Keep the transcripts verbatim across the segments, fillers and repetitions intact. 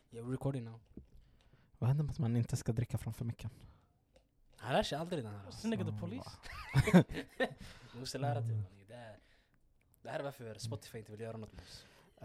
Jag är recording now. Vad händer med att man inte ska dricka framför micken? Han lär sig aldrig den här. Sen är det polis. Du måste lära dig. Det, är, det här är varför Spotify inte vill göra något med oss. Uh,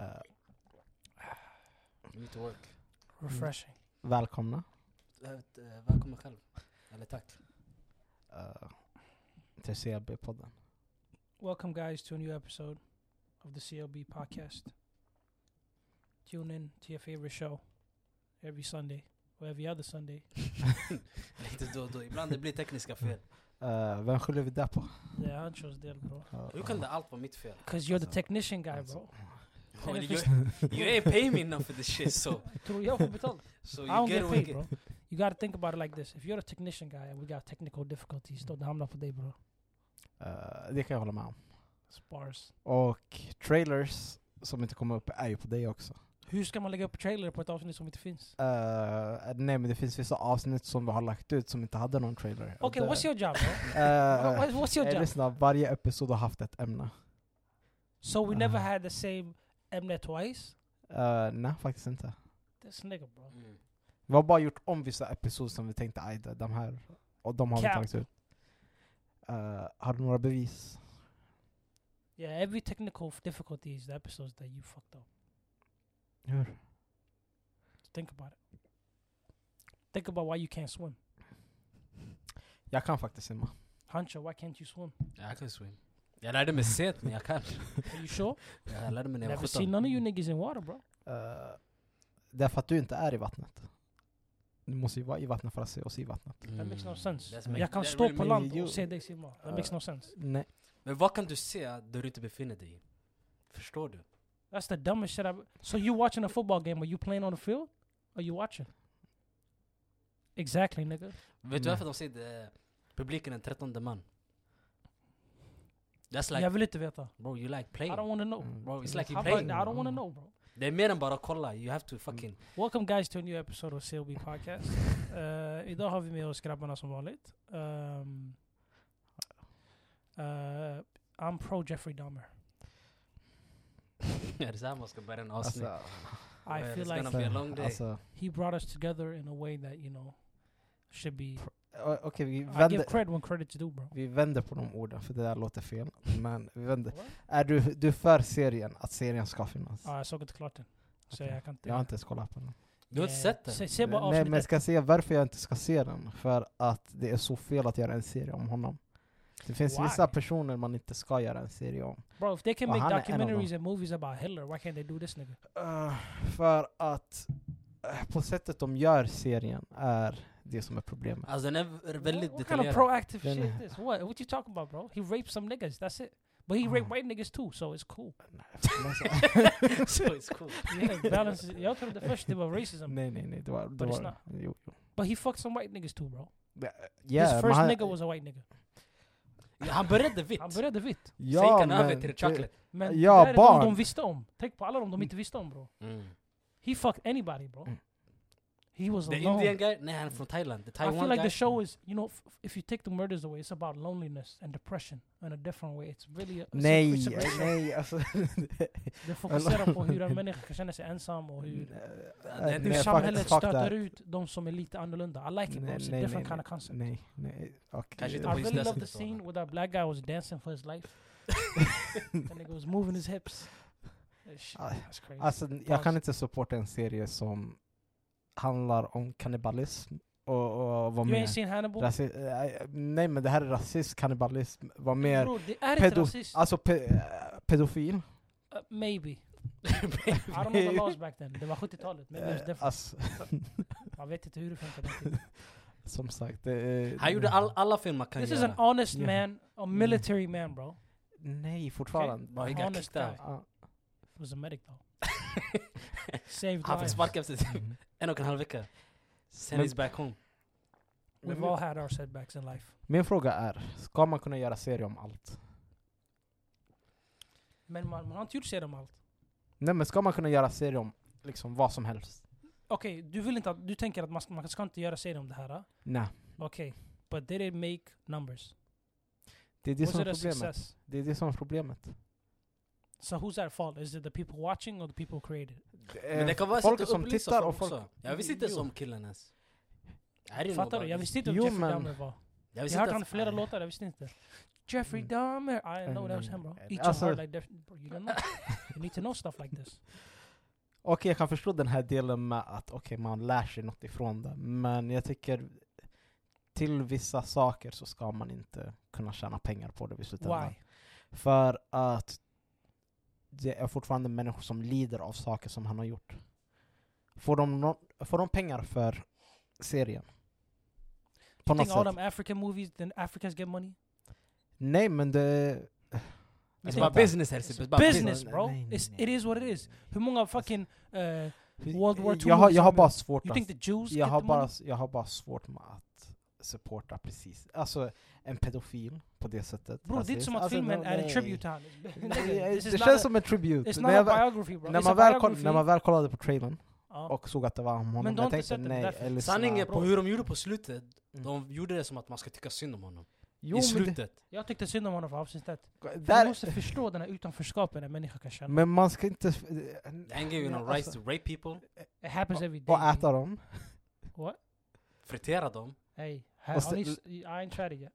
We need to work. Refreshing. Välkomna. Uh, välkommen själv. Eller tack. Uh, till C L B-podden. Welcome guys to a new episode of the C L B podcast. Tune in to your favorite show every Sunday or every other Sunday. Lite då och då. Ibland det blir tekniska fel. Uh, vem skyller vi där på? Det är Anchos del, bro. Uh, Hur kan det allt vara mitt fel? Because you're the technician guy, bro. Oh, you, you ain't pay me enough for this shit, so Tror jag får betalt. so I you don't get get away. paid, bro. You gotta think about it like this. If you're a technician guy and we got technical difficulties, då det hamnar på dig, bro. uh, det kan jag hålla med om. Spars. Och trailers som inte kommer upp är ju på dig också. Hur ska man lägga upp trailer på ett avsnitt som inte finns? Uh, nej, men det finns vissa avsnitt som vi har lagt ut som inte hade någon trailer. Okay, what's your job, bro? Uh, What- what's your eh, job? lyssna, varje episod har haft ett ämne. So we never Ah. had the same ämne twice? Uh, nej, faktiskt inte. This nigga, bro. Mm. Vi har bara gjort om vissa episoder som vi tänkte, aj, de här, och de har vi Cap. tagit ut. Uh, har du några bevis? Yeah, every technical f- difficulty is the episodes that you fucked up. Hur? Think about it. Think about why you can't swim. Jag kan faktiskt simma. Huncho, why can't you swim? Jag kan swim. Jag lärde mig sent, men jag kan. Are you sure? Jag lärde mig när jag var Never seen sjutton. none of you niggas in water, bro. Uh, därför att du inte är i vattnet. Du måste ju vara i vattnet för att se oss i vattnet. That makes no Mm. sense. That's make- Jag kan that stå really på make- land you- och se dig simma. That makes no sense. Nej. Men vad kan du se där du inte befinner dig i? Förstår du? That's the dumbest shit I've... So you watching a football game, are you playing on the field? Or you watching? Exactly, nigga. Vet Nej. du varför de säger det? Publiken är trettonde man. That's like, Jag vill inte veta. bro, you like I playing. don't want to know. Mm. Bro, it's like you How playing. about, I don't want to know, bro. Det är mer än bara kolla. You have to fucking... Welcome guys to a new episode of C L B podcast. uh, idag har vi med oss grabbarna som vanligt. Um, uh, I'm pro Jeffrey Dahmer. Ja, det är så här man ska börja en avsnitt. Alltså, I Well, feel it's like gonna be a long day. alltså, he brought us together in a way that, you know, should be... o- okej, vi I give vänder, cred when credit's due, bro. vi vänder på de orden, för det där låter fel. Men vi vänder. What? Är du, du för serien, att serien ska finnas? Ja, jag såg inte klart den. Så Okej. jag kan inte... Jag har inte ens kollat på den. Du har inte Eh, sett den? Se, se bara Nej, avsnitt men jag ett. ska säga varför jag inte ska se den. För att det är så fel att göra en serie om honom. Det finns Why? vissa personer man inte ska göra en serie om. Bro, if they can Och make han är en av dem. documentaries and movies about Hitler, why can't they do this nigga? Uh, för att uh, på sättet de gör serien är det som är problemet. Alltså den är v- väldigt what, what kind of detaljerad. proactive Den shit är- is this? What? What you talking about, bro? He raped some niggas. That's it. But he Oh. raped white niggas too, so it's cool. So it's cool. Yeah, balance. Jag trodde först det var racism. nej, nej, nej. Det var... Det But it's var not. jo, jo. But he fucked some white niggas too, bro. Det- His yeah, men first han- nigga was a white nigga. Ja, han började vitt. Han började vitt. Ja, Sen gick han men över till the det- chocolate. Men Ja, det där är barn. de de visste om. Tänk på alla de de inte visste om, bro. Mm. He fucked anybody, bro. Mm. Oh, He was The alone. Indian guy? Nej, han är från Thailand. The I Taiwan feel like guy. the show is, you know, f- if you take the murders away, it's about loneliness and depression in a different way. It's really a, it's a- Nej, it's a great show. nej, alltså... Det fokuserar på hur en människa kan känna sig ensam och hur, Nej, hur fuck- samhället fuck stöter that. ut de som är lite annorlunda. I like it, bro. Nej, It's a nej, different nej, kind of concept. Nej, nej, okej. Kanske inte I på just really det love the sättet, scene va? where that black guy was dancing for his life. That nigga was moving his hips. That shit, Ah, that's crazy. Alltså, jag kan inte supporta en serie som handlar om kannibalism och, och vad You ain't mer. seen Hannibal? Rasi- äh, nej, men det här är rasism, kannibalism, vad mer. Bro, det är inte Pedo- rasist. alltså pe- äh, pedofil. Uh, maybe. I don't know the laws back then. Det var sjuttiotalet. Maybe it was Eh, different. alltså, Man vet inte hur det funkar. den tiden. som sagt. Det, är- Han gjorde all, alla filmer kan This is göra. an honest Yeah. man, a military man, bro. Nej, fortfarande. Bro, he got Honest kicked out. guy. Ja. Was a medic though. Saved Han fick lives. sparka efter typ en och en halv vecka. Sen Men- he's back home. We've all had our setbacks in life. Min fråga är, ska man kunna göra serie om allt? Men man, man har inte gjort serie om allt. Nej, men ska man kunna göra serie om liksom vad som helst? Okej, du vill inte att, du tänker att man ska, man ska inte göra serie om det här. ah? Nej. Okej, but did it make numbers? Det är det Was som it är a problemet. success? Det är det som är problemet. So who's at fault? Is it the people watching or the people who created it? Men det kan vara folk folk som tittar och folk... också. Jag visste inte som killen ens. I didn't Fattar know du? Jag about visste inte om Jo, Jeffrey men- Dahmer var. Jag Jag visste har hört inte han att- flera låtar, jag visste inte. Jeffrey Mm. Dahmer, I know that was him bro. Mm. Eat your Alltså- heart like that. Bro, you don't know. You need to know stuff like this. Okej, jag kan förstå den här delen med att okej, man lär sig något ifrån det. Men jag tycker till vissa saker så ska man inte kunna tjäna pengar på det vid slutändan. Why? För att det är fortfarande människor som lider av saker som han har gjort. Får de, no- får de pengar för serien? På You något think all sätt. them African movies, then Africans get money? Nej, men det... Det är think bara that- business här. It's Det är bara business, bro. Nej, nej, It's, nej. it is what it is. Hur många fucking uh, World War Two jag har, movies jag har har bara vi? svårt You att... think the Jews Jag get har, the bara, money? jag har bara svårt med att supporta precis. Alltså en pedofil på det sättet. Bro, det är inte som att Alltså, filmen no, är en nej. tribute till honom. Nej, This is det not känns a- som en tribute. It's När not a jag väl- biography bro. när, It's man a väl koll, biography. när man väl kollade på trailern Ja. och såg att det var om honom, Men du har jag inte tänkte sett den, nej. därför. Eller Sanningen bro. på hur de gjorde på slutet. Mm. De gjorde det som att man ska tycka synd om honom. Jo, I men det- slutet. Jag tyckte synd om honom för avsnittet. För där, man måste förstå den här utanförskapen en människa kan känna. men man ska inte... The anger, you know, rights to rape people. It happens every day. Och äta dem. What? Fritera dem. Hey, Och har sen- ni, s- I ain't tried it yet.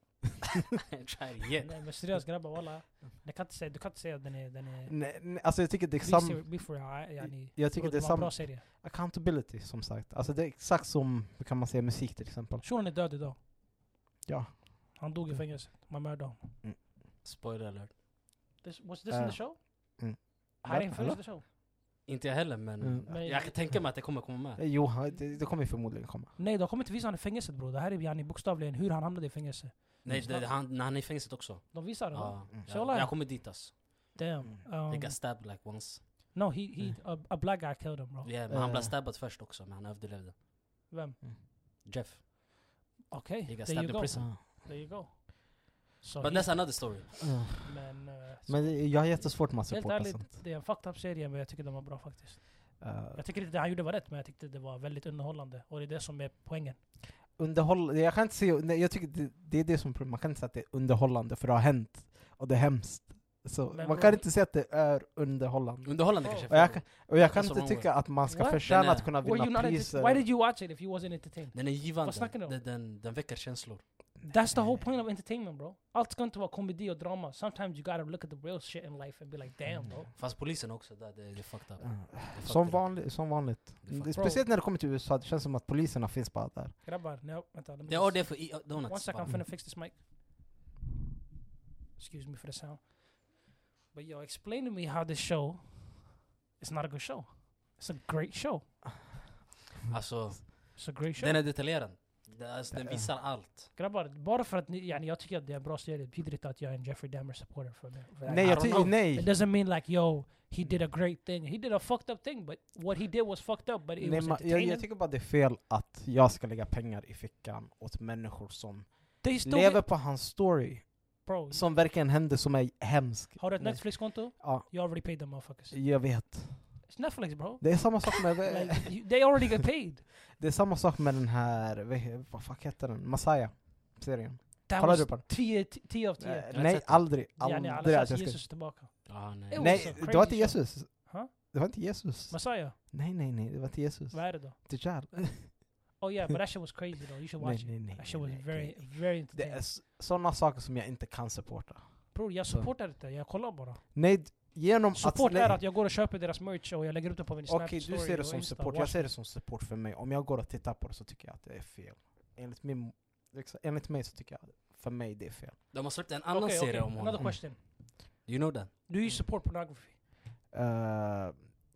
Try it yet. Nej men seriöst grabbar walla. Jag kan inte säga, du kan inte säga att den är... Den är Nej, nej, alltså jag tycker det är be sam... ser- be for real, yani, Jag tycker bro, det är var en sam... bra serie. Accountability, som sagt. Alltså det är exakt som, hur kan man säga, musik till exempel. Shunon är död idag. Ja. Han dog i fängelset. Man mördade honom. Spoiler alert. This, was this in Uh, the show? mm. I didn't finish Eller? the show. Inte jag heller, men Mm. Men- jag kan tänka mig att det kommer komma med. Eh, Jo, han- det, det kommer ju förmodligen komma. Nej, de kommer inte visa honom i fängelset bro. Det här är yani, bokstavligen hur han hamnade i fängelse. Nej, det, han, när han är i fängelset också. De visar det. va? Ja. Mm. Så Jag, la- jag kommer dit alltså. Damn. He Um, got stabbed like once. no, he, he, a, a black guy killed him bro. Yeah, men han blev Eh. stabbad först också, men han överlevde. Vem? Jeff. Okay, He got there you stabbed in go. prison. There you go. So But he, that's another story. Ja. men, uh, Men det- jag har jättesvårt med att helt supporta ärligt, sånt. det är en fucked up serie men jag tycker den var bra faktiskt. Uh, Jag tycker inte det han gjorde var rätt men jag tyckte det var väldigt underhållande. Och det är det som är poängen. underhåll... Jag kan inte se... Nej, jag tycker det, det är det som är problemet. Man kan inte säga att det är underhållande för det har hänt. Och det är hemskt. Så Men man bro- kan inte säga att det är underhållande. Underhållande Oh. kanske. Och jag kan, och jag kan That's the inte wrong tycka att man ska What? förtjäna Den är- att kunna Were you vinna not priser. enter- Why did you watch it if you wasn't entertained? Den är givande. snackar ni om? Den, den, den väcker känslor. That's the whole point of entertainment bro. Allt ska inte vara komedi och drama. Sometimes you gotta look at the real shit in life and be like damn bro. Fast polisen också, där, det, det är fucked up. Ja. Det är Som, fucked up. vanligt, som vanligt. Det är fucked Det, up. speciellt när det kommer till U S A, det känns som att poliserna finns bara där. Grabbar, no, vänta. Let me Det är just- det för i- donuts. One second, I'm bara. finna fix this mic. Excuse me for the sound. But yo, explain to me how this show is not a good show. It's a great show. Alltså, It's a great show. den är detaljerad. Det, alltså, den visar allt. Grabbar, bara för att ni, yani, jag tycker att det är en bra serie betyder inte att jag är en Jeffrey Dahmer supporter för mig. För Nej, I jag don't tycker... know. Nej. It doesn't mean like yo, he did a great thing. He did a fucked up thing, but what he did was fucked up. But it Nej, was ma, jag, entertaining. jag tycker bara det är fel att jag ska lägga pengar i fickan åt människor som They still lever get, på hans story. bro. Som verkligen hände, som är hemsk. Har du ett Nej. Netflix-konto? Ja, You already paid them motherfuckers. jag vet. It's Netflix bro. Det är samma sak med... Like, you, they already get paid. Det är samma sak med den här... ve- Vad fuck heter den? Messiah-serien. That Kollade was du på den? tio tio av tio. Eh, har Nej, sett den. aldrig. Yani, Aldrig alla att sa jag att ska... Jesus är tillbaka. Ah, nej. It was Nej, a det var crazy inte Jesus. Huh? Det var inte Jesus. Messiah. Nej, nej, nej. Det var inte Jesus. Vad är det då? Dajjal. Oh yeah, but that shit was crazy though. You should watch Nej, it. nej, nej. That shit was nej, very, nej. very Det entertaining. är sådana saker som jag inte kan supporta. Bror, jag Så. supportar det. Jag kollar bara. Nej, d- genom Support att... är att jag går och köper deras merch och jag lägger upp det på min Snap Okej, story du ser det och som Insta. support. Watch Jag ser it. det som support för mig. Om jag går och tittar på det så tycker jag att det är fel. Enligt, min, liksom, enligt mig så tycker jag, för mig det är fel. De har släppt en annan Okay, serie okay. om Another honom. question. You know that? Do you support pornography? Uh,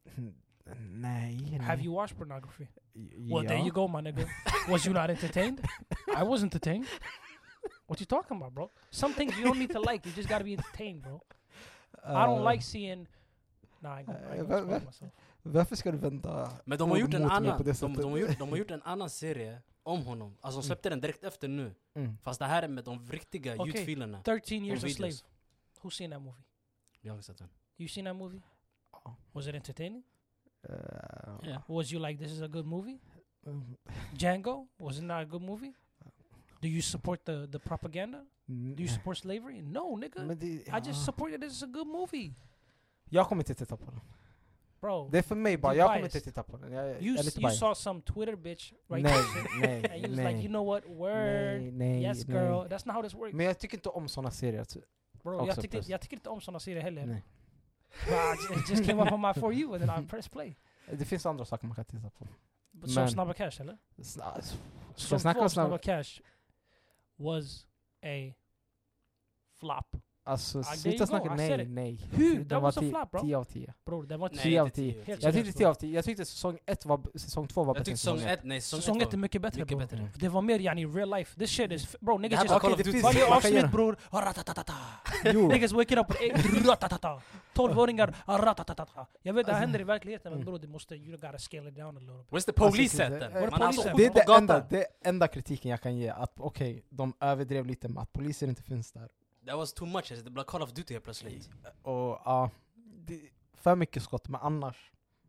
nej. Have nej. you watched pornography? J- Well, there ja. you go, my nigga. Was you not entertained? I was entertained. What you talking about, bro? Some things you don't need to like. You just gotta be entertained, bro. I don't Uh, like seeing... Nah, I ain't gonna, I ain't Uh, gonna va- va- spoil myself. Varför ska du vända Men de har ord gjort en mot mig annan, på det de, sättet? de, har gjort, de har gjort en annan serie om honom. Alltså de släppte den direkt efter nu. Mm. Fast det här är med de riktiga Okej. ljudfilerna. thirteen years a slave. videos. Who's seen that movie? Jag har inte sett den. You seen that movie? Ja. Was it entertaining? Uh, Yeah. Was you like, this is a good movie? mm, Django? Was it not a good movie? Do you support the, the propaganda? Do you support slavery? No, nigga. Men det, I just support it as a good movie. Jag kommer inte titta på den. Bro, Det är för mig bara, Du jag kommer biased. inte titta på den. Jag, jag you, är lite you biased. saw some Twitter bitch right Nej, there. nej, And you was nej. like, you know what, word, Nej, nej, yes nej. girl, that's not how this works. Men jag tycker inte om såna serier. ty- Bro, också jag tyckte, plus. jag tycker inte om såna serier heller. Nej. But I ju- it just came up on my For You and then I pressed play. Det finns andra saker man kan titta på. But som Men- Snabba Cash eller? Sna- Ska Som jag snacka två om Snabba snabba? Cash was a flop. Alltså there sluta you go, snacka, I nej, said it. nej. Hur? Den That var was a ti- flop, bro. tio av tio. Bro, det var Nej, tio av inte tio. tio. Helt Jag seriöst, tyckte bro. tio av tio. Jag tyckte säsong ett var, säsong två var Jag bättre tyckte än säsong säsong ett. ett, nej säsong Säsong ett ett är var mycket bättre mycket bro. bättre. Det var mer yani real life. This shit is... f- Bro, Det niggas här just... var Call of det Duty. finns- Varje man kan avsnitt göra- bror, ratatata. Jo. Niggas waking up with ratatata. tolvåringar, ratatata. Jag vet det här Alltså- händer i verkligheten men Mm. bror, det måste... You gotta scale it down a little bit. Where's the police Alltså, at then? det- Var Man har polisen? alltså Det är åkt på det enda, gatan. det enda kritiken jag kan ge. Att okej, de överdrev lite med att poliser inte finns där. That was too much, alltså, det blev Call of Duty helt plötsligt. Och ja, det- för mycket skott. Men annars,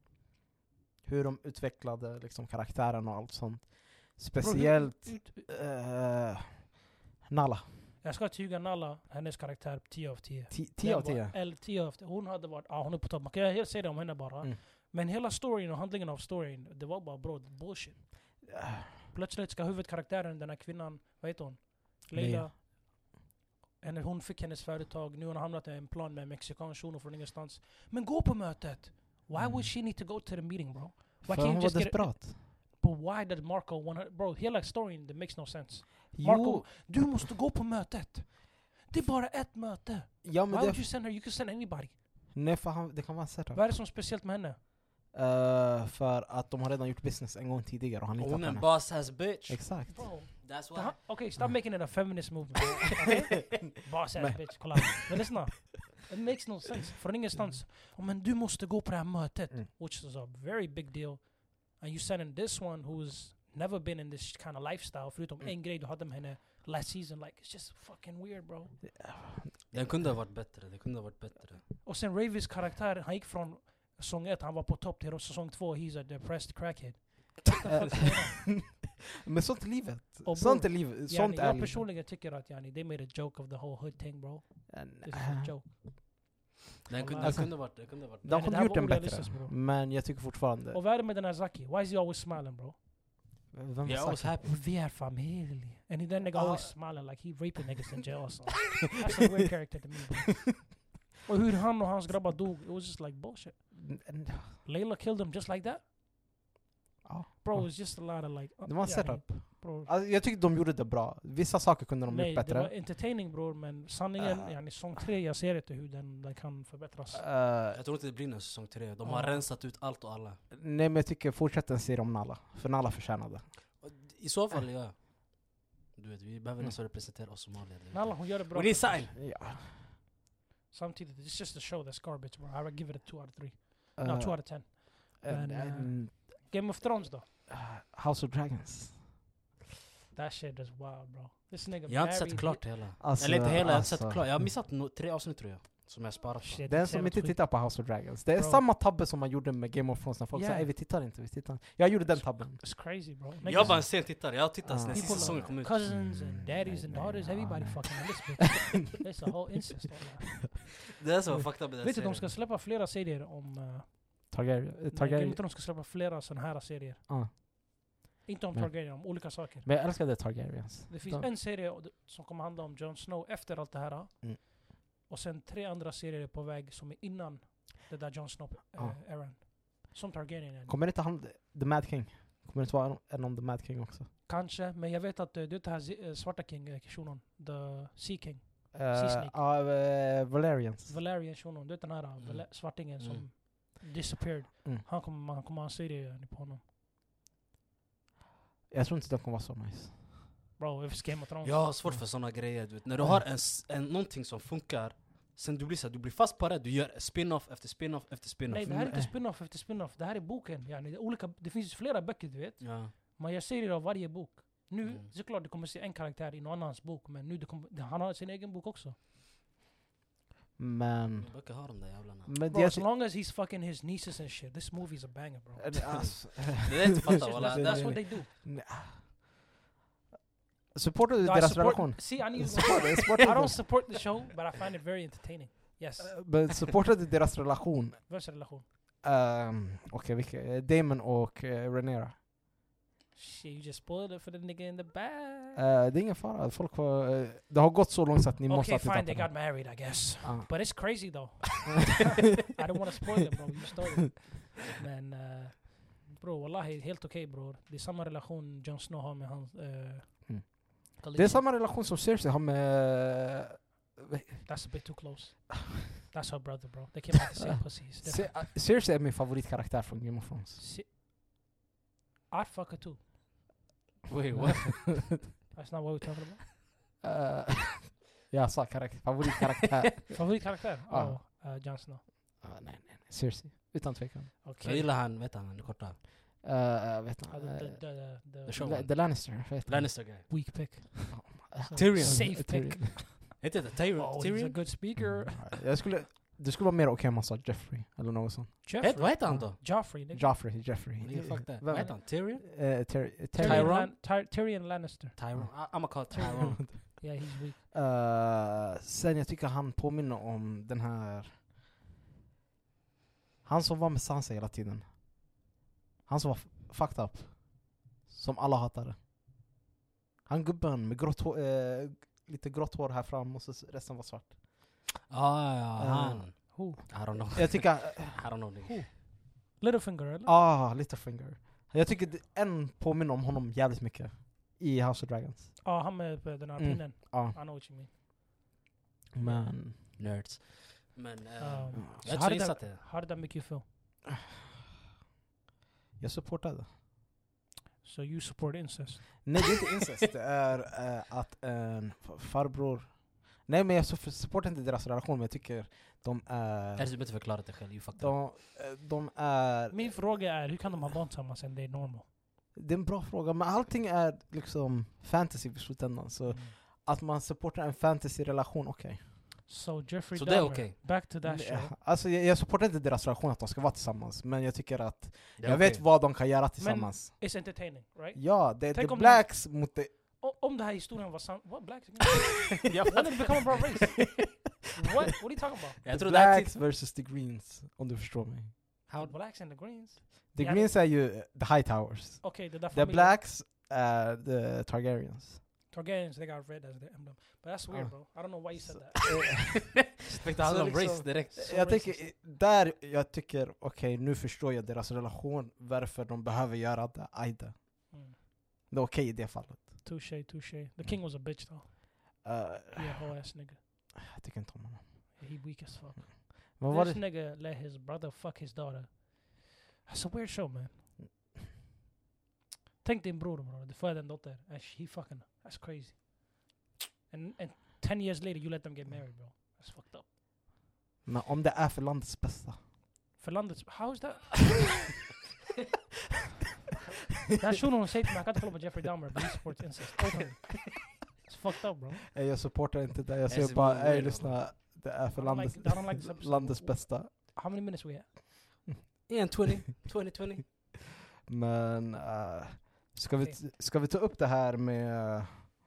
hur de utvecklade liksom karaktären och allt sånt. Speciellt Bro, hur- ut- eh, Nala. Jag ska tyga Nalla, hennes karaktär, tio av tio. Ti- tio av Den var- tio. Eller tio av tio. Hon hade varit... Ja, hon är på topp. Man kan helt säga det om henne bara. Mm. Men hela storyn och handlingen av storyn, det var bara bro, bullshit. Plötsligt ska huvudkaraktären, den här kvinnan, vad heter hon? Leila. Leila. Henne, hon fick hennes företag, nu har hon hamnat i en plan med en mexikan shuno från ingenstans. Men gå på mötet! Why Mm. would she need to go to the meeting bro? Why För can't hon you var just get it? desperat. But why did Marco want her? Bro, hela storyn, that makes no sense. Marco, Jo, du måste gå på mötet! Det är bara ett möte! ja Why men would det, you send her? You can send anybody. nej, för han, det kan vara en setup. Vad är det som är speciellt med henne? Eh, för att de har redan gjort business en gång tidigare och han litar på Hon är en henne. boss ass bitch. Exakt. Bro, That's det why. ha- Okej, stop Mm. making it a feminist movement. Okay? Boss ass Men- bitch, kolla. Men lyssna. It makes no sense. Från ingenstans. Oh, men du måste gå på det här mötet. Mm. Which is a very big deal. And you send in this one who's never been in this kind of lifestyle. Förutom Mm. en grej du hade med henne last season. Like, it's just fucking weird bro. Den kunde ha varit bättre, det kunde ha varit bättre. Och sen Ravis karaktär, han gick från säsong ett, han var på topp till säsong två, he's a depressed crackhead. What the fuck's going on? Men sånt är livet. Och Sånt bror, är livet. Yani, Sånt är jag livet. personligen tycker att yani, they made a joke of the whole hood thing bro. En- This is a joke. Den kunde, Alltså- den kunde ha varit, det kunde ha varit De Nej, det kunde här gjort var den bättre. orealistiskt, bro. Men jag tycker fortfarande... Och vad är det med den här Zaki? Why is he always smiling bro? Vem var Yeah, I was Saki? happy. Vi är familj. And he, that nigga Ah. always smiling like he raping niggas in jail or something. That's a weird character to me bro. Och hur han och hans grabbar dog, it was just like bullshit. N- n- Layla killed him just like that? Ja. Bro, Ja. it's just a lot of like... uh, Det var en yani, setup. Bro. Alltså, jag tycker de gjorde det bra. Vissa saker kunde de Nej, gjort det var bättre. entertaining bror, men sanningen, Ah. yani säsong tre, jag ser inte hur den, den kan förbättras. Eh, Jag tror inte det blir någon säsong tre. De har Ja. rensat ut allt och alla. nej men jag tycker fortsätt en serie om Nala. För Nala förtjänade. Och I så fall, ja. Du vet, vi behöver Mm. någon som representerar oss somalier. Nalla, hon gör det bra. We need faktiskt. sign! Ja. Samtidigt, it's just a show that's garbage bro. I would give it a two out of three. Eh, no, two out of ten. en- Men, eh, en- Game of Thrones då? eh, House of Dragons. That shit is wild bro. This nigga Jag har inte married- sett klart hela. Alltså, Eller inte hela, jag har inte alltså. sett klart. Jag har missat no- tre avsnitt tror jag. Som jag sparat på. Shit, Den det som är inte skit. tittar på House of Dragons. Det är Bro. samma tabbe som man gjorde med Game of Thrones när folk Yeah. sa "Ey, vi tittar inte, vi tittar inte." Jag gjorde den tabben. It's crazy bro. Jag Niggas- var en sen tittare, jag har tittat sen Ah. sista People säsongen are kom ut. cousins and Mm, daddies nej, and nej, daughters, nej, everybody nej. fucking in this bitch. There's a whole incest on that. Det är så fucked up med den Vet du, de serien. ska släppa flera serier om... Uh, Targaryen. eh, Game Targaryen. of Thrones ska släppa flera sådana här serier. Ja. Inte om Men- Targaryen, om olika saker. Men jag älskade Targaryens. Det finns De- en serie o- d- som kommer handla om Jon Snow efter allt det här. Mm. Och sen tre andra serier är på väg som är innan det där Jon Snow Ja. uh, eran. Som Targaryen är. Kommer det inte han, The Mad King? Kommer det inte vara en- en om The Mad King också? Kanske, men jag vet att uh, du vet det här zi- eh, svarta king, uh, shunon, the Sea King. Uh, Snake. Ja, uh, Valerians. Valerian shunon, du vet den här uh, Mm. Vala- svartingen som Mm. disappeared. Mm. Han kommer, han kommer ha en serie uh, på honom. Jag tror inte den kommer vara så nice. Bro, if it's Game of Thrones. Jag har svårt för såna grejer, du vet. När du har en, s- en, någonting som funkar, sen du blir så här, du blir fast på det, du gör spin-off efter spin-off efter spin-off. Nej, det här är inte Nej. spin-off efter spin-off. Det här är boken. Yani, det, är olika, det finns flera böcker, du vet. Ja. Man gör serier av varje bok. Nu, Mm. såklart du kommer se en karaktär i någon annans bok, men nu du kommer, han har sin egen bok också. Men... Böcker har de där jävlarna. Men Bro, det as long as he's fucking his nieces and shit, this movie's a banger bro. alltså, Det är inte fattar walla. that's, det- that's Det- what they do. nej. Supportar du No, I deras support- relation? See, I, need, Support- I supportar du don't dem? support the show, but I find it very entertaining. Yes. Men supportade deras relation. Vems relation? Um, Okej, vilka? Damon och uh, Rhaenyra. Shit, you just spoiled it for the nigga in the back. Uh, det är ingen fara. Folk har, uh, det har gått så långt så att ni måste Okay, ha tittat fine, they på got det. married, I guess. Ah. But it's crazy though. I don't want to spoil it, bro. You started. Men, uh, bro, wallahi, helt okej, okay, bro. Det är samma relation Jon Snow har med hans... Uh, Mm. Khaleesi. Det är samma relation som Cersei har med... That's a bit too close. That's her brother, bro. They came out the same pussy. It's Ce- different. uh, Cersei är min favoritkaraktär från Game of Thrones. Si- I'd fuck her too. Wait, what? That's not what we're talking about. Uh, jag sa karaktär, favoritkaraktär. Favoritkaraktär? Ja. Oh, uh, Jon Snow. uh, nej, nej, nej. Cersei. Utan tvekan. Jag Okay. gillar han, vet han, den korta. Uh, vet Uh, ni, the, uh, the, the, the, The show. Le- The Lannister. Vet ni? Lannister guy. weak pick. So Tyrion. Safe Tyrion. pick. Heter det Tyrion? Oh, he's a Tyrion? good speaker. Mm. Jag skulle, det skulle vara mer okej om man sa Jeffrey eller något sånt. Jeffrey. Het, vad heter han då? Joffrey. nigga. Joffrey, Jeffrey. Nigga, fuck that. Vem- Vad heter han? Tyrion? Eh, Ter- Tyrion, Tyrion. Lan- Ty- Tyrion Lannister. Tyrion? I- I'm a call Tyrion. Yeah, he's weak. Uh, sen jag tycker han påminner om den här... Han som var med Sansa hela tiden. Han som var f- fucked up. Som alla hatade. Han gubben med grått hår, eh, lite grått hår här fram och så s- resten var svart. Ah, ja, Uh, han. Who? I don't know. Jag tycker... I don't know. nigga. Littlefinger, eller? Ah, Littlefinger. Jag tycker det- en påminner om honom jävligt mycket. I House of Dragons. Ja, han med på den här Mm. pinnen. Ja, I know what you mean. men... Nerds. Men, uh, Um, jag so är how, så did insatt that, i det. how did that make you feel? Jag supportade. So you support incest? Nej, det är inte incest. Det är eh, att en f- farbror... Nej, men jag su- supportar inte deras relation, men jag tycker de är... Jag har inte förklarat det själv. You fucked up. De, eh, de är... Min fråga är, hur kan de ha barn tillsammans sen det är normal? Det är en bra fråga, men allting är liksom fantasy i slutändan. Så Mm. att man supportar en fantasy-relation, okej. So Jeffrey Så det är Dahmer, okej. back to that Okay. show. Alltså jag, jag supportar inte deras relation att de ska vara tillsammans, men jag tycker att... Det är Jag okej. vet vad de kan göra tillsammans. It's entertaining, right? Ja, det är Tänk the om blacks mot the... O- om den här historien var sann, what blacks? Jag When did it become a broad race? What? What are you talking about? Jag the tror det här blacks versus the greens, om du förstår mig. How? The blacks and the greens? The Ja, greens är ju the Hightowers. Okay, the, the The blacks är the Targaryens. Targaryens, they got red as their emblem. But that's weird, Ah. bro. I don't know why you said Så- that. Fick det handla om Så liksom- race direkt. So jag racist. tänker, där jag tycker, okej nu förstår jag deras relation, varför de behöver göra det, ajde. Mm. Det är okej i det fallet. Touche, touche. The king was a bitch though. Uh, He a whole ass nigga. jag tycker inte om honom. He weak as fuck. Men vad var This det? nigga let his brother fuck his daughter. That's a weird show, man. Tänk din bror, bro. Du föder en dotter. And sh- he fucking. That's crazy. And and ten years later you let them get married, bro. That's fucked up. Men om det är för landets bästa. För landets... How is that? That show don't say to me, I can't follow Jeffrey Dahmer, but he supports incest. Openly. It's fucked up, bro. Eh, Jag supportar inte det, jag Jag säger ser bara, weird ej out. lyssna, det är för I don't landets, like- I don't like this episode. landets bästa. How many minutes we at? Igen, twenty. twenty, twenty. Men uh, ska, vi t- ska vi ta upp det här med...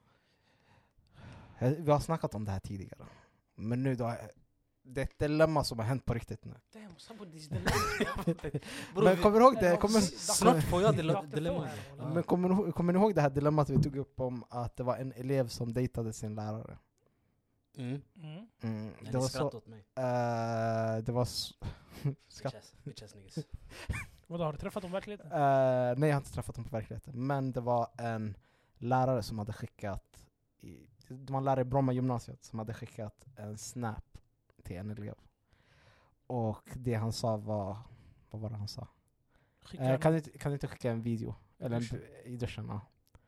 eh, vi har snackat om det här tidigare. Men nu då, det är ett dilemma som har hänt på riktigt nu. Damn, what's up with these dilemmas? Bro, Men vi- kommer du ihåg det? Ja, Kommer, Snart får jag dile- Doctor dilemma. Phil här, Ja. men kommer, ni ihåg- kommer ni ihåg det här dilemmat vi tog upp om att det var en elev som dejtade sin lärare? Mm. Mm. Mm, Men det var ni skrattar så... åt mig. eh, det var... s- Skatt. Bitches, bitches niggas. Vadå, har du träffat dem verkligen? Eh, nej, jag har inte träffat dem på verkligheten. Men det var en lärare som hade skickat... I, det var en lärare i Bromma gymnasiet som hade skickat en snap till en elev. Och det han sa var... Vad var det han sa? Skicka Eh, en- kan, du, inte- kan du inte skicka en video? Eller en, duschen. b- i duschen, ja.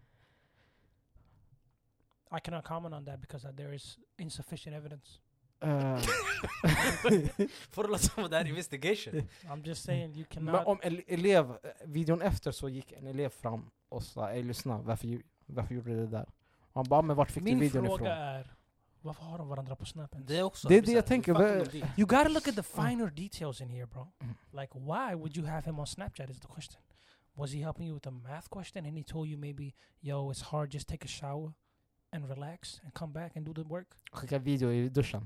I cannot comment on that because uh, there is insufficient evidence. Eh, Får det låta som att det här är investigation? I'm just saying you men cannot... om en elev... eh, Videon efter så gick en elev fram och sa, ej lyssna, varför, ju- varför gjorde du det där? Och han bara, men vart fick Min du videon fråga ifrån? är, varför har de varandra på snappen? Det är också... Det är det så här, jag tänker, fucking vad- them deep. You gotta look at the finer details in here, bro. Mm. Like, why would you have him on Snapchat is the question. Was he helping you with a math question and he told you maybe, yo, it's hard, just take a shower and relax and come back and do the work? Skicka video i duschen.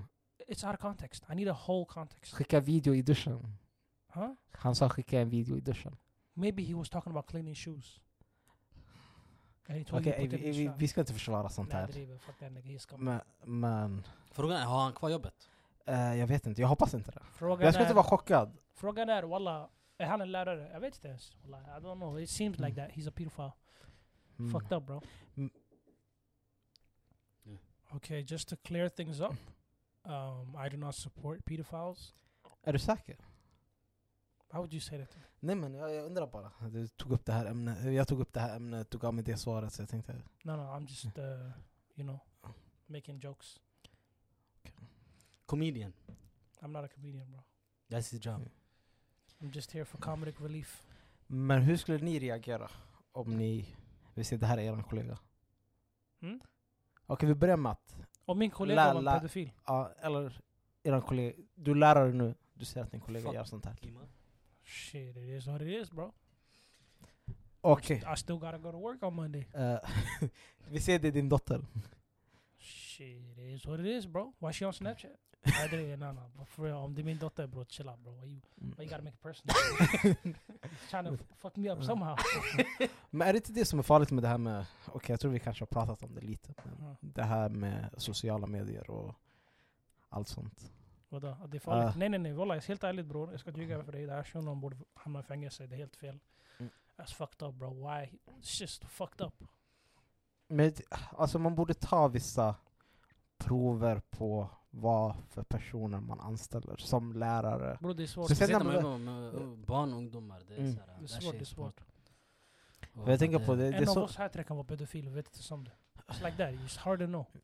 It's out of context. I need a whole context. Skicka video i duschen. Huh? Han sa skicka en video i duschen. Maybe he was talking about cleaning shoes. And he told Okej, you to put vi, it in vi, the vi ska inte försvara sånt Nej, här. driver. Fuck that nigga. He's coming. Men, men Frågan är, har han kvar jobbet? eh, jag vet inte, jag hoppas inte det. Frågan Jag skulle inte är, vara chockad. frågan är, walla, är han en lärare? Jag vet inte ens. Wallah, I don't know. It seems like Mm. that. He's a pedophile. Mm. Fucked up, bro. Mm. Yeah. Okay, just to clear things up, um, I do not support pedophiles. Är du säker? How would you say that? Nej men jag, jag undrar bara. Du tog upp det här ämnet. Jag tog upp det här ämnet, du gav mig det svaret så jag tänkte... No, no, I'm just, uh, you know, making jokes. Comedian. I'm not a comedian, bro. That's his job. Mm. I'm just here for comedic relief. Men hur skulle ni reagera om ni visste det här är er kollega? Mm? Okej, vi börjar med att... Och min kollega var en Lala- pedofil. Ja, eller er kollega... Du är lärare nu. Du säger att din kollega Fuck. gör sånt här. Shit, it is what it is, bro. Okej. I still gotta go to work on Monday. eh, vi ser det är din dotter. Shit, it is what it is, bro. Why she on Snapchat? I didn't, no, no, but for real, om det är min dotter, bro, chill out, bro. Why you, Mm. why you gotta make it personal? He's trying to f- fuck me up somehow. Men är det inte det som är farligt med det här med... Okej, jag tror vi kanske har pratat om det lite. Men Ja. det här med sociala medier och allt sånt. Vadå? Att det är farligt? Ah. Nej, nej, nej. Wallah, helt ärligt, bror. Jag ska inte ljuga för dig. Det här shunon borde hamna i fängelse. Det är helt fel. Mm. That's fucked up, bro. Why? It's just fucked up. Men alltså man borde ta vissa prover på vad för personer man anställer som lärare. Bro, det är svårt. Så Speciellt sen- med, med, med barn och ungdomar. Det är, Mm. såhär, Det är that svårt, shit det är is svårt. Och För jag tänker på det, det En är av så... oss här tre kan vara pedofil. Vi vet inte som det. It's like that. It's hard to know.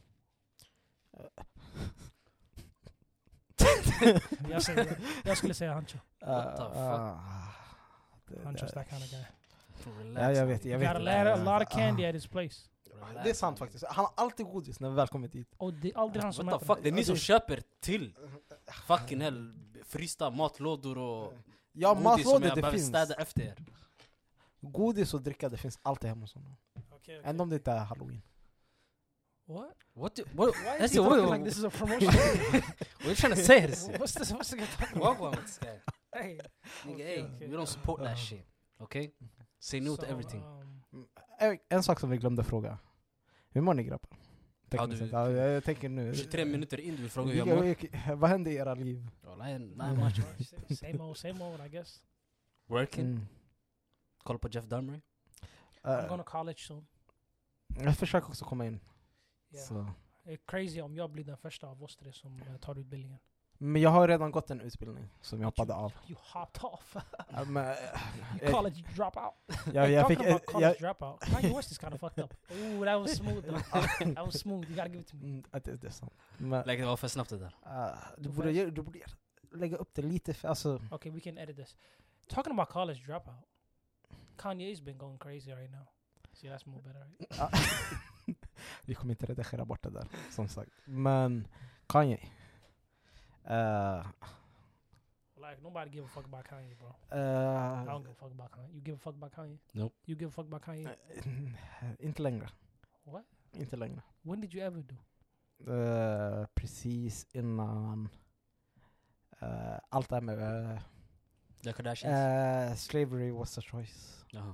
jag, säger, jag skulle säga Hancho. What the Uh, fuck? uh, det- Hancho's det- that kind of guy. Relax, Ja, jag vet, man. jag You vet. gotta det. let a lot of Ah. candy at his place. Relax, Det är sant man. faktiskt. Han har alltid godis när vi väl kommer dit. Och det är aldrig han som What the äter fuck, det är ni som köper till fucking hell frysta matlådor och Ja, godis som matlådor jag det behöver finns. städa efter er. Godis och dricka det finns alltid hemma hos honom. Okay, Ändå om det inte är halloween. What? What do, what, Why is That's he it, talking what- like this is a promotion? what you trying to say this? what's this? What's the guy talking Walk about? on with this guy. Hey. Nigga, Okay, hey, okay. we don't support that shit. Okay? Say no to So, everything. um, En, en sak som vi glömde fråga. Hur mår ni grabbar? Ja, Tekniskt du- sett. Ja, jag tänker nu. tjugotre minuter in, du vill fråga hur jag Vilka- mår? vilka- Vad händer i era liv? Wallahi, not much. same old, same old, I guess. Working. Mm. Kolla på Jeff Dahmer. I'm Eh, going to college soon. jag försöker också komma in. Yeah. Så. Det är crazy om jag blir den första av oss tre som eh, tar utbildningen. Men jag har redan gått en utbildning som jag hoppade av. You hopped off. Ja, men, eh, You college dropout. jag, jag fick... Talking about eh, college jag, dropout. Kanye West is kind of fucked up. Ooh, that was smooth though. That was smooth. You gotta give it to me. Mm, att det, det är sant. Men, Like, det var för snabbt det där. eh, du, Too borde, fast. göra- du borde göra- lägga upp det lite, för, alltså... Okay, we can edit this. Talking about college dropout. Kanye's been going crazy right now. See, that's more better. Right? Ja. Vi kommer inte redigera bort det där, som sagt. Men Kanye. Uh, Like nobody give a fuck about Kanye, bro. uh, I don't give a fuck about Kanye. You give a fuck about Kanye? Nope. You give a fuck about Kanye? inte längre. What? Inte längre. When did you ever do? Uh, precis innan uh, allt det här med uh, The Kardashians. uh, slavery was a choice. Jaha.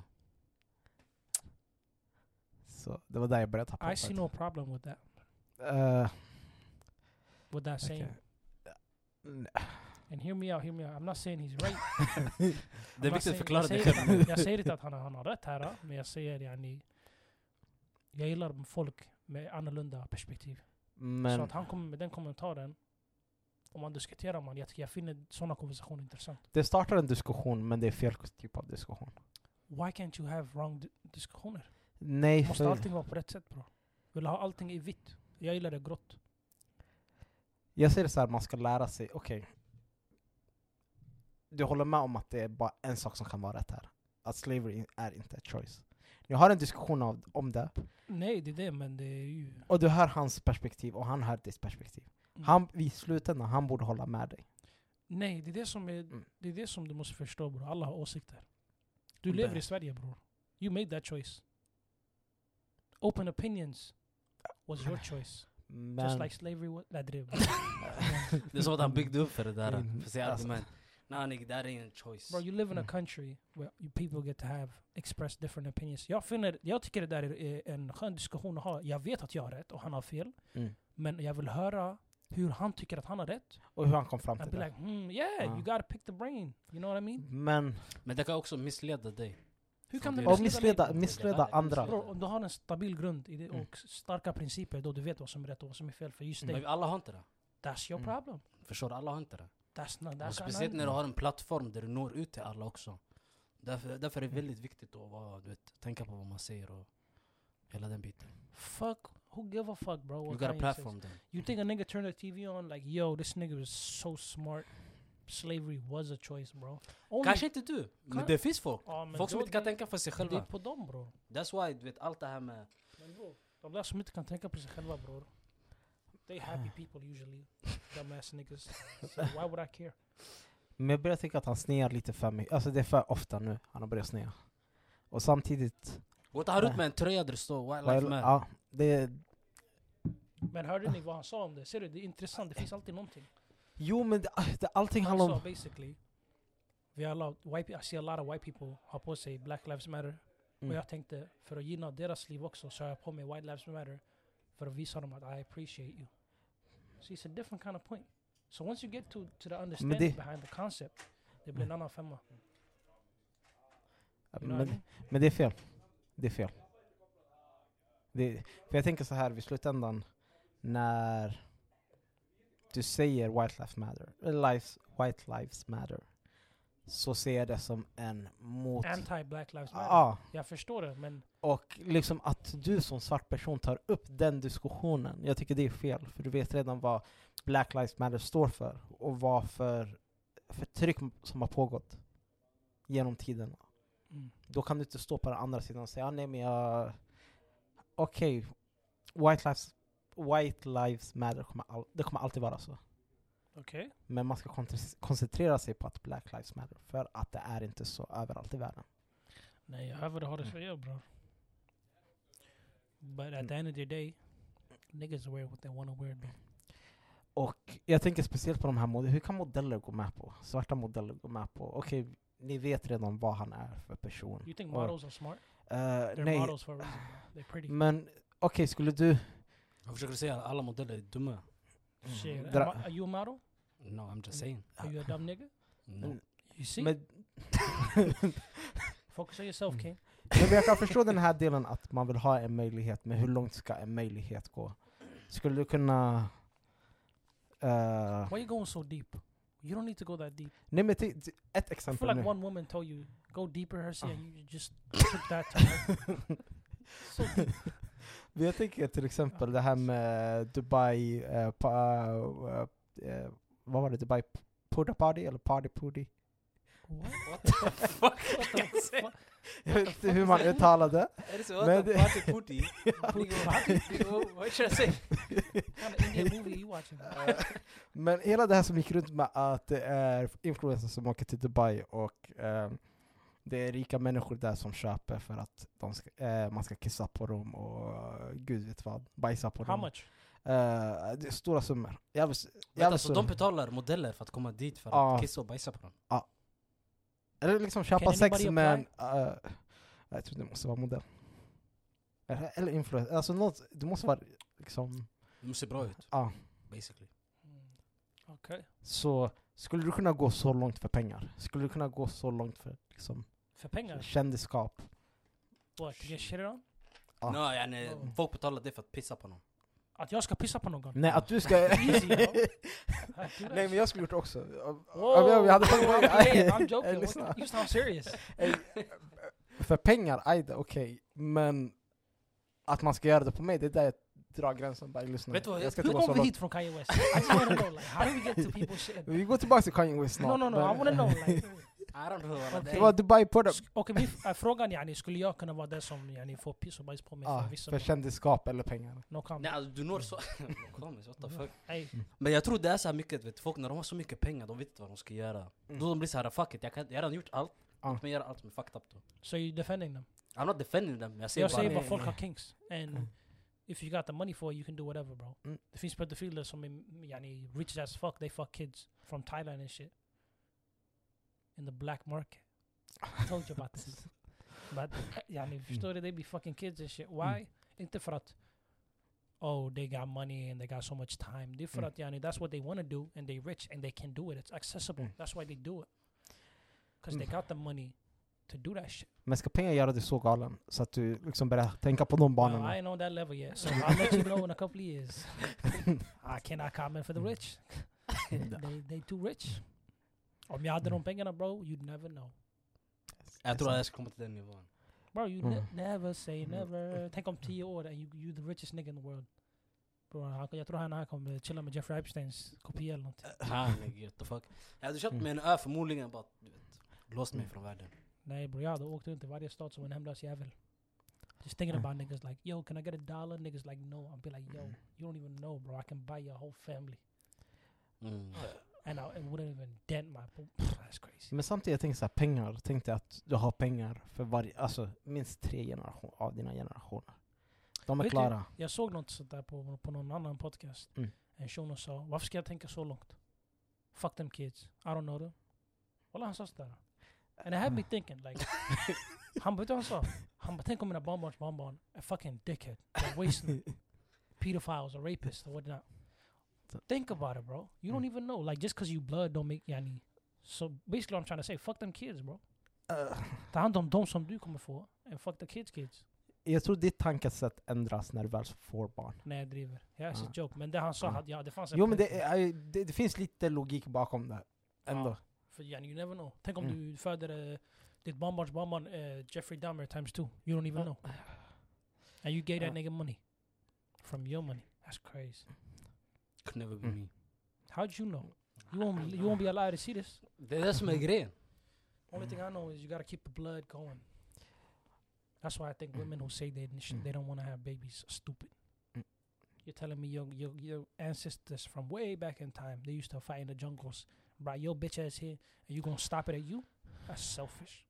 Så det var där jag började tappa I see no problem with that. Uh, With that saying. okay. And hear me out, hear me out. I'm not saying he's right. Det är I'm not viktigt saying- att förklara jag det säger själv. inte- Jag säger inte att han, har- han har rätt här, ah, men jag säger yani, jag gillar folk med annorlunda perspektiv. Så Men att han kommer med den kommentaren, om man diskuterar man, jag, jag finner sådana konversationer intressant. det startar en diskussion, men det är fel typ av diskussion. Why can't you have wrong di- diskussioner? Nej, Måste för, allting vara på rätt sätt, bro? Vill ha allting i vitt? Jag gillar det grått. jag säger så här, man ska lära sig, okej. Du håller med om att det är bara en sak som kan vara rätt här. Att slavery är inte ett choice. Ni har en diskussion av, om det, Nej, det är det, men det är ju... och du hör hans perspektiv och han hör ditt perspektiv. Mm. Han, i slutändan, han borde hålla med dig. Nej, det är det som är, Mm. det är det som du måste förstå, bror. Alla har åsikter. Du Men- lever i Sverige, bror. You made that choice. Open opinions was your choice. Men, Just like slavery was. Nej, det är Det är så att han byggde upp för det där. Mm. För sig Alltså. argument. Nej, nigga, that ain't a choice. Bro, you live in a Mm. country where you people get to have express different opinions. Jag finner, jag tycker det där är en skön diskussion att ha. Jag vet att jag har rätt och han har fel. mm. Men jag vill höra hur han tycker att han har rätt. Och hur han kom fram I'd till be det. like, hmm, yeah, Ja. you gotta pick the brain. You know what I mean? Men, Men det kan också missleda dig. Hur kan det det är och det- missleda, dig? missleda andra. Bro, om du har en stabil grund i det Mm. och starka principer, då du vet vad som är rätt och vad som är fel för just dig. Men alla har inte det. That's your Mm. problem. Förstår du? Alla har inte det. That's not, Och that's speciellt not, när du har en plattform där du når ut till alla också. Därför, därför är det väldigt viktigt att vara, du vet, tänka på vad man säger och hela den biten. Fuck, who give a fuck, bro? You what got a Kanye says. platform then. You think a nigga turned the T V on like, yo, this nigga was so smart. Slavery was a choice, bro. Only Kanske inte du, men Kan- det finns folk. Ja, men Folk som då inte kan det- tänka för sig det är själva. på dem, bro. That's why, du vet, allt det här med... Men bro, de där som inte kan tänka på sig själva, bror. They happy people usually. Dumbass niggas. So why would I care? Men jag börjar tänka att han snear lite för mycket. Alltså det är för ofta nu han har börjat snea. Och samtidigt... Och han ut med en tröja där det står White Life Well, Matter. ja, det, Men hörde ni vad han sa om det? Ser du, det är intressant. Det finns alltid någonting. jo men det, det, allting Han handlar sa om... basically, vi har alla, white, pe- I see a lot of white people ha på sig Black Lives Matter. Och Mm. jag tänkte, för att gynna deras liv också, så har jag på mig White Lives Matter. För att visa dem att I appreciate you. So it's a different kind of point. So once you get to, to the understanding det- behind the concept, det blir en annan femma. You know what I Men, mean? men det är fel. Det är fel. Det, för jag tänker så här, vid slutändan, när du säger White Lives Matter, eller lives, White Lives Matter, så ser jag det som en mot... Anti-Black Lives Matter. Ja, Jag förstår det, men och liksom att du som svart person tar upp den diskussionen, jag tycker det är fel. För du vet redan vad Black Lives Matter står för och vad för förtryck som har pågått genom tiden. mm. Då kan du inte stå på den andra sidan och säga ah, nej men jag... Okej, white, lives, white lives matter, kommer all, det kommer alltid vara så. okej. Men man ska kontra- koncentrera sig på att black lives matter, för att det är inte så överallt i världen. Nej, jag hör vad du har det för er, bro. But at the end of the day, niggas wear what they want to wear, bro. Och jag tänker speciellt på de här modellerna. Hur kan modeller gå med på? Svarta modeller gå med på? Okej, ni vet redan vad han är för person. You think Och, models are smart? eh, They're nej, models for a reason, bro. They're pretty. men okej, skulle du... Jag försöker säga att alla modeller är dumma. Shit. Dra- Am I- are you a model? No, I'm just saying. Are you a dumb nigga? No. Mm, You see? Men, Focus on yourself, King. men jag kan förstå den här delen att man vill ha en möjlighet, men hur långt ska en möjlighet gå? Skulle du kunna... eh, Why you going so deep? You don't need to go that deep. nej men t- t- ett I feel exempel like nu. one woman told you, go deeper, Hersey, and you just took that to her. So deep. Men jag tänker till exempel det här med Dubai, eh, pa, eh, eh, vad var det? Dubai Puda Party eller Party Pudi? What? What the fuck? What the fuck? Jag vet inte hur man uttalade. Är det så? Men Men det- party putty? What should I say? What kind of Indian movie are you watching? Men hela det här som gick runt med att det är influencers som åker till Dubai och eh, det är rika människor där som köper för att de ska, eh, man ska kissa på dem och uh, gud vet vad, bajsa på How dem. much? Eh, det är stora summor. Jag vill, jag Vänta, vill så så, de betalar modeller för att komma dit för Ja. att kissa och bajsa på dem? eller liksom köpa Can sex anybody med en, uh, jag tror det måste vara modell. Eller, eller influencer, alltså något, det måste vara liksom, De ser bra ut, ja. basically. Mm. Okay. Så skulle du kunna gå så långt för pengar? Skulle du kunna gå så långt för liksom För pengar? kändisskap? What? To get shitted on? Ja. No, yani, Oh. folk betalar det för att pissa på någon. Att jag ska pissa på någon? Nej, att du ska... Easy, bro. Nej, men jag skulle gjort det också. Whoa, Ja, vi hade tagit I'm med- playing, I'm Ey, joking. lyssna. What- You sound serious. Ey, för pengar, ajde, okej. Men att man ska göra det på mig, det är där jag drar gränsen. Bara, lyssna. Vet du vad, jag ska Hur inte gå så kom vi långt. hit från Kanye West? I just wanna know, like, how do we get to people shit? Vi går tillbaka till Kanye West snart. No, no, no, I men- wanna know, like... I don't know what Det var Dubai på det. Sk- Okej, vi f- äh, frågan yani, skulle jag kunna vara den som yani, får piss och bajs på mig Ja, för vissa? för kändisskap eller pengar. No comment. Nej, alltså, du når så... Komiskt, what the fuck. Hey, Men jag tror det är så här mycket, vet, folk när de har så mycket pengar, de vet inte vad de ska göra. Mm. Då de blir så här, fuck it, jag, kan, jag har redan gjort allt. Ja. Låt mig göra allt som är fucked up då. so you defending them? I'm not defending them, jag säger Jag bara... säger nej, bara folk nej. har kinks. And Mm. if you got the money for it, you can do whatever, bro. Mm. Det finns pedofiler som är yani, rich as fuck. They fuck kids from Thailand and shit. In the black market. I told you about this. But yani, förstår du? They be fucking kids and shit. Why? Mm. Inte för att oh, they got money and they got so much time. Det är för Mm. att yani, that's what they want to do and they rich and they can do it. It's accessible. Mm. That's why they do it. Because they Mm. got the money to do that shit. Men ska pengar göra dig så galen så att du liksom börjar tänka på de Well, banorna? I ain't on that level yet, so I'll let you know in a couple of years. I cannot comment for the rich. they they too rich. Om jag hade de pengarna, bro, you'd never know. Jag tror att jag ska komma till den nivån. Bro, you Mm. ne- never say never. Tänk om tio år and you you the richest nigga in the world. Bro, han, jag tror han här kommer chilla med Jeffrey Epsteins kopia eller någonting. Han nigga, what the fuck. Jag hade köpt Mm. mig en ö förmodligen, bara du vet, låst mig från världen. Nej bro, jag hade åkt runt i varje stad som en hemlös jävel. Just thinking Mm. about niggas like, yo, can I get a dollar? Niggas like, no. I'll be like, yo, Mm. you don't even know, bro. I can buy your whole family. Mm. And I, it wouldn't even dent my... That's crazy. Men samtidigt jag tänker så här, pengar, tänk dig att du har pengar för varje, alltså minst tre generationer av dina generationer. De är Vet du, klara. Jag såg något sånt där på, på någon annan podcast. Mm. En shuno sa, varför ska jag tänka så långt? Fuck them kids. I don't know them. Wallah, han sa sådär. And it had me thinking, like... han vet du vad han sa? Han bara, tänk om mina barnbarns barnbarn är fucking dickhead. They're wasting pedophiles or rapists or whatnot. Think about it, bro. You don't Mm. even know. Like, just because you blood don't make yani. So basically what I'm trying to say, fuck them kids, bro. Uh, Ta hand om dem som du kommer få. And fuck the kids kids. jag tror ditt tankesätt ändras när du väl får barn. Nej, jag driver. Ja, it's Ja. a joke. Men det han sa, Ja. hade- ja, det fanns en Jo men punkt. det, är, det, det finns lite logik bakom det. Ändå. Ja. För yani, you never know. Tänk om Mm. du föder uh, ditt barnbarns barnbarn uh, Jeffrey Dahmer times two. You don't even Ja. know. And you gave that Ja. nigga money. From your money. That's crazy. Could never be Mm. me. How'd you know? You won't, you won't be allowed to see this. Det är det som är grejen. Only thing I know is you gotta keep the blood going. That's why I think women who say they sh- Mm. they don't want to have babies are stupid. Mm. You're telling me your, your your ancestors from way back in time, they used to fight in the jungles. Brought your bitch ass here, and you gonna stop it at you? That's selfish.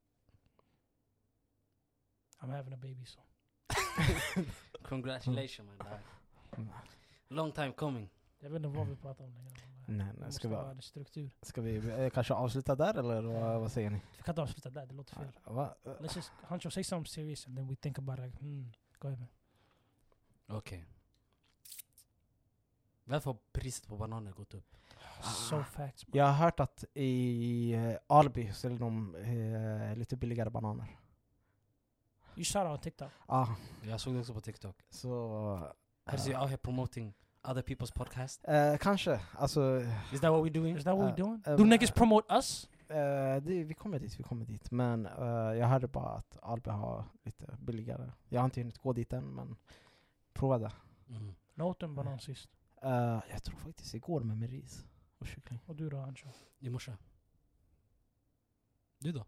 I'm having a baby soon. Congratulations man. Mm. Long time coming. Jag vet inte vad vi pratar om längre. Nej, Det nej. måste Ska vi, vara en struktur. ska vi eh, kanske avsluta där eller vad, vad säger ni? Vi kan inte avsluta där, det låter fel. Va? Let's just, Hancho, say something serious and then we think about it. Like, hmm, go ahead man. Okej. Varför har priset på bananer gått upp? So facts, bro. Jag har hört att i eh, Alby säljer de eh, lite billigare bananer. You shout out TikTok. Ah, Jag såg det också på TikTok. så... Här ser jag out here promoting other people's podcast. Eh, kanske, alltså... Is that what we're doing? Is that what Uh, we're doing? uh, Do niggas promote us? Eh, det, vi kommer dit, vi kommer dit. Men eh, jag hörde bara att Alby har lite billigare. Jag har inte hunnit gå dit än, men prova det. Mm. Noten banan sist. Eh, jag tror faktiskt igår med, med ris och kyckling. Och du då, Hancho? I morse. Du då?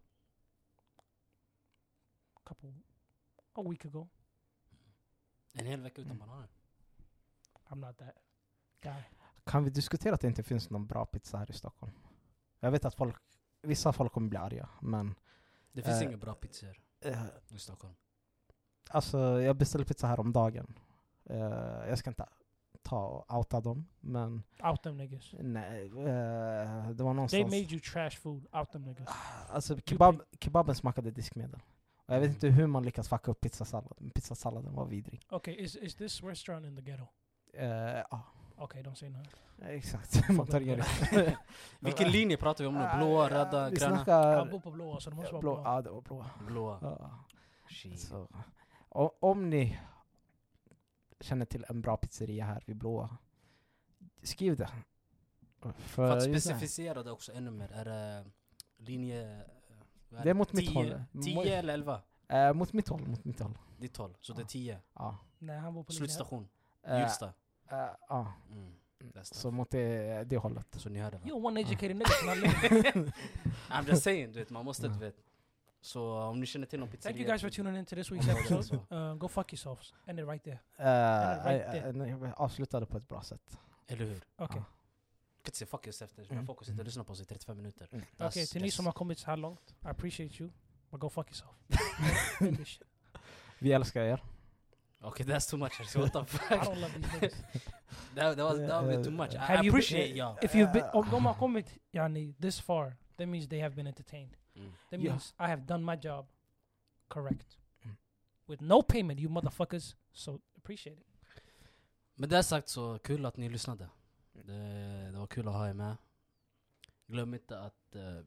Couple... A week ago. En hel vecka utan Mm. bananer. I'm not that guy. Kan vi diskutera att det inte finns någon bra pizza här i Stockholm? Jag vet att folk, vissa folk kommer bli arga, men... Det finns Eh, inga bra pizzor eh, i Stockholm. alltså, jag beställde pizza här om dagen. Eh, jag ska inte ta och outa dem, men... Out them niggas. Nej, eh, det var They någonstans... made you trash food. Out them niggas. Alltså kebab, kebaben smakade diskmedel. Och jag vet inte hur man lyckas fucka upp pizzasallad. Men pizzasalladen var vidrig. Okay, is is this restaurant in the ghetto? Eh, Ja, Okay, don't say no. exakt. Man tar ingen risk. Vilken linje pratar vi om nu? Blåa, röda, Vi gröna? Jag snackar... bor på blåa, så det måste vara Blå, blåa. ja, det var blåa. Blåa. Ja. Shit. Så, o- om ni känner till en bra pizzeria här vid blåa, skriv det. För, För att just det här. specificera det också ännu mer. Är det linje... eh, vad Det är mot mitt tio, håll. tio eller elva? Eh, mot mitt håll, mot mitt håll. Ditt håll. Så det är Ja. tio. Ja. Nej, han bor på linje. Slutstation. Eh, Hjulsta. eh, ja. Mm. that's Så tough. mot det, det hållet. Så ni hörde va? You're one educated nigga from not living. I'm just saying, du vet, man måste, du vet. Så om ni känner till någon pizzeria... Thank you guys for tuning in to this week's Ja, det är episode. så. Uh, go fuck yourselves. End it right there. Eh, right eh, there. eh, nej, jag avslutade på ett bra sätt. Eller hur? Okay. Ja. Jag kan inte säga fuck just efter. Mm. Men folk sitter och lyssnar på sig i trettiofem minuter. Mm. That's Okay, till ni just- som har kommit så här långt, I appreciate you. But go fuck yourself. End this shit. Vi älskar er. Okay, that's too much. So what the I fuck? don't love these niggas. that, that was that would be too much. I, Have I you appreciate been, y'all. If you've been, om de har kommit yani, this far, that means they have been entertained. Mm. That Yeah. means I have done my job correct. Mm. With no payment, you motherfuckers. So appreciate it. Med det sagt så kul att ni lyssnade. Det, det var kul att ha er med. Glöm inte att uh,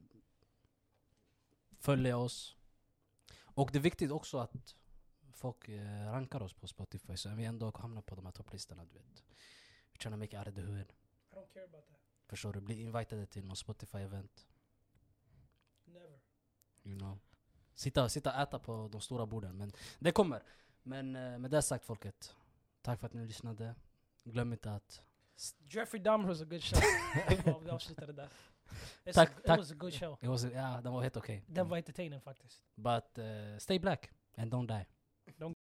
följa oss. Och det är viktigt också att folk uh, rankar oss på Spotify så vi ändå hamnar på de här topplistorna, du vet. Vi tjänar mycket out of the hood. I don't care about that. Förstår du? Bli invitade till någon Spotify-event. Never. You know. Sitta, sitta och äta på de stora borden. Men det kommer. Men uh, med det sagt folket. Tack för att ni lyssnade. Glöm inte att... Jeffrey Dahmer was a good show. Vi avslutade där. It's Tack, a, it tack. was a good show. It was, ja, den var helt okej. Den var entertaining faktiskt. But uh, stay black and don't die.